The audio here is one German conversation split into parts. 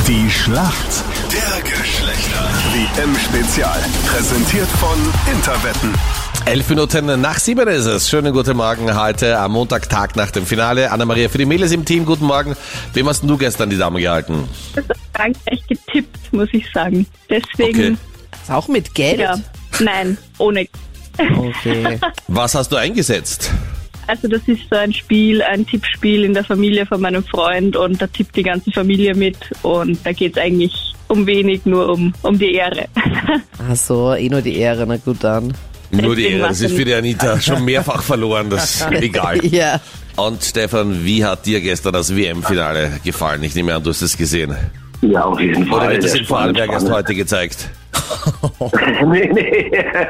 Die Schlacht der Geschlechter. WM-Spezial. Präsentiert von Interwetten. 11 Minuten nach 7 ist es. Schönen guten Morgen heute am Montag, Tag nach dem Finale. Anna-Maria für die Mädels im Team, guten Morgen. Wem hast du gestern die Dame gehalten? Das ist Frankreich getippt, muss ich sagen. Deswegen, Okay. Ist auch mit Geld? ja, nein, ohne. Okay. Was hast du eingesetzt? Also das ist so ein Spiel, ein Tippspiel in der Familie von meinem Freund und da tippt die ganze Familie mit und da geht es eigentlich um wenig, nur um die Ehre. Ach so, nur die Ehre, na gut dann. Nur die Deswegen Ehre, das ist für die Anita schon mehrfach verloren, das ist egal. Ja. Und Stefan, wie hat dir gestern das WM-Finale gefallen? Ich nehme an, du hast es gesehen. Ja, auf jeden Fall. Oder wird es Der in Vorarlberg erst spannend. heute gezeigt? Nee.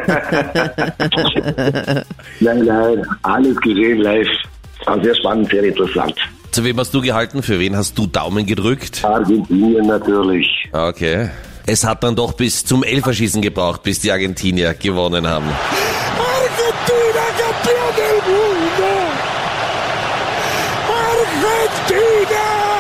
Nein, alles gesehen live. War sehr spannend, sehr interessant. Zu wem hast du gehalten? Für wen hast du Daumen gedrückt? Argentinien natürlich. Okay. Es hat dann doch bis zum Elferschießen gebraucht, bis die Argentinier gewonnen haben. Argentina campeón del mundo. Argentina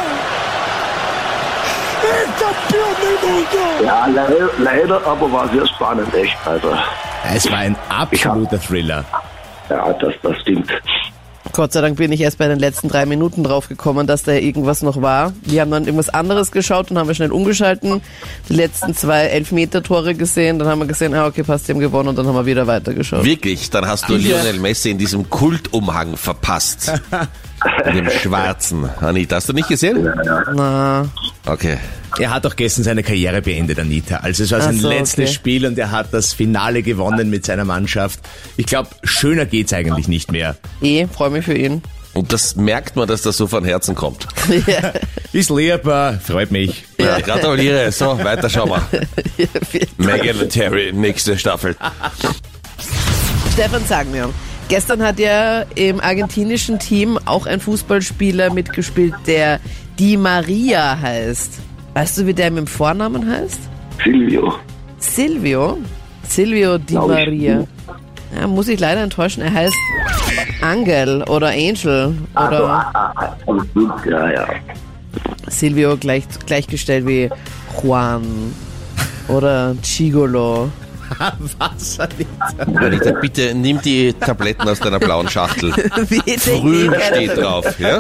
es campeón del mundo. Ja, leider, aber war sehr spannend, echt. Also, Es war ein absoluter Thriller. ja, das stimmt. Gott sei Dank bin ich erst bei den letzten 3 Minuten draufgekommen, dass da irgendwas noch war. Wir haben dann irgendwas anderes geschaut und haben wir schnell umgeschalten, die letzten 2 Elfmeter-Tore gesehen, dann haben wir gesehen, okay, passt, die haben gewonnen und dann haben wir wieder weitergeschaut. Wirklich? Dann hast du Lionel Messi in diesem Kultumhang verpasst. In dem schwarzen. Anita, hast du nicht gesehen? Na, Okay. Er hat auch gestern seine Karriere beendet, Anita. Also es war sein Ach so, letztes okay. Spiel und er hat das Finale gewonnen mit seiner Mannschaft. Ich glaube, schöner geht's eigentlich nicht mehr. freue mich für ihn. Und das merkt man, dass das so von Herzen kommt. Ja. Ist lieb, freut mich. Ja, gratuliere. So, weiter schauen wir. Megan und Terry, nächste Staffel. Stefan, sag mir, gestern hat ja im argentinischen Team auch ein Fußballspieler mitgespielt, der Di Maria heißt. Weißt du, wie der mit dem Vornamen heißt? Silvio. Silvio? Silvio Di Glaub ich. Maria. Ja, muss ich leider enttäuschen, er heißt Angel oder Angel oder Alles gut, ja. Silvio gleichgestellt wie Juan oder Chigolo. Was, Anita? Anita, bitte nimm die Tabletten aus deiner blauen Schachtel. Früh steht drauf. Ja?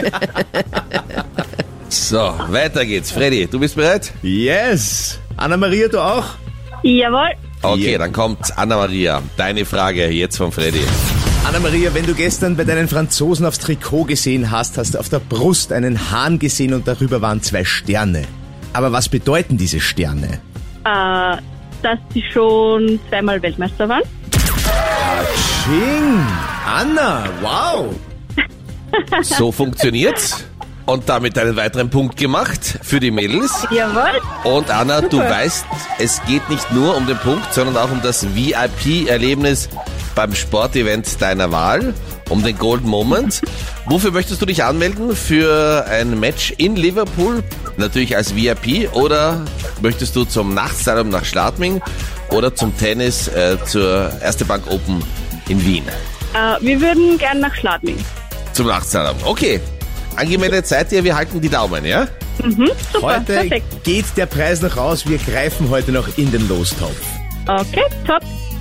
So, weiter geht's. Freddy, du bist bereit? Yes! Anna-Maria, du auch? Jawohl, Okay, Ja. dann kommt Anna-Maria. Deine Frage jetzt von Freddy. Anna-Maria, wenn du gestern bei deinen Franzosen aufs Trikot gesehen hast, hast du auf der Brust einen Hahn gesehen und darüber waren 2 Sterne. Aber was bedeuten diese Sterne? dass sie schon 2-mal Weltmeister waren. Ching! Anna, wow! So funktioniert's. Und damit einen weiteren Punkt gemacht für die Mädels. Jawohl, Und Anna, du weißt, es geht nicht nur um den Punkt, sondern auch um das VIP-Erlebnis beim Sportevent deiner Wahl, um den Golden Moment. Wofür möchtest du dich anmelden? Für ein Match in Liverpool, natürlich als VIP, oder möchtest du zum Nachtslalom nach Schladming oder zum Tennis zur Erste Bank Open in Wien? wir würden gern nach Schladming. Zum Nachtslalom. Okay. Angemeldet seid ihr, wir halten die Daumen, ja? Super, Heute perfekt. geht der Preis noch raus, wir greifen heute noch in den Lostopf. Okay, top.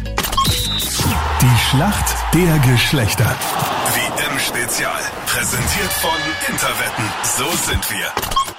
Die Schlacht der Geschlechter. WM-Spezial. Präsentiert von Interwetten. So sind wir.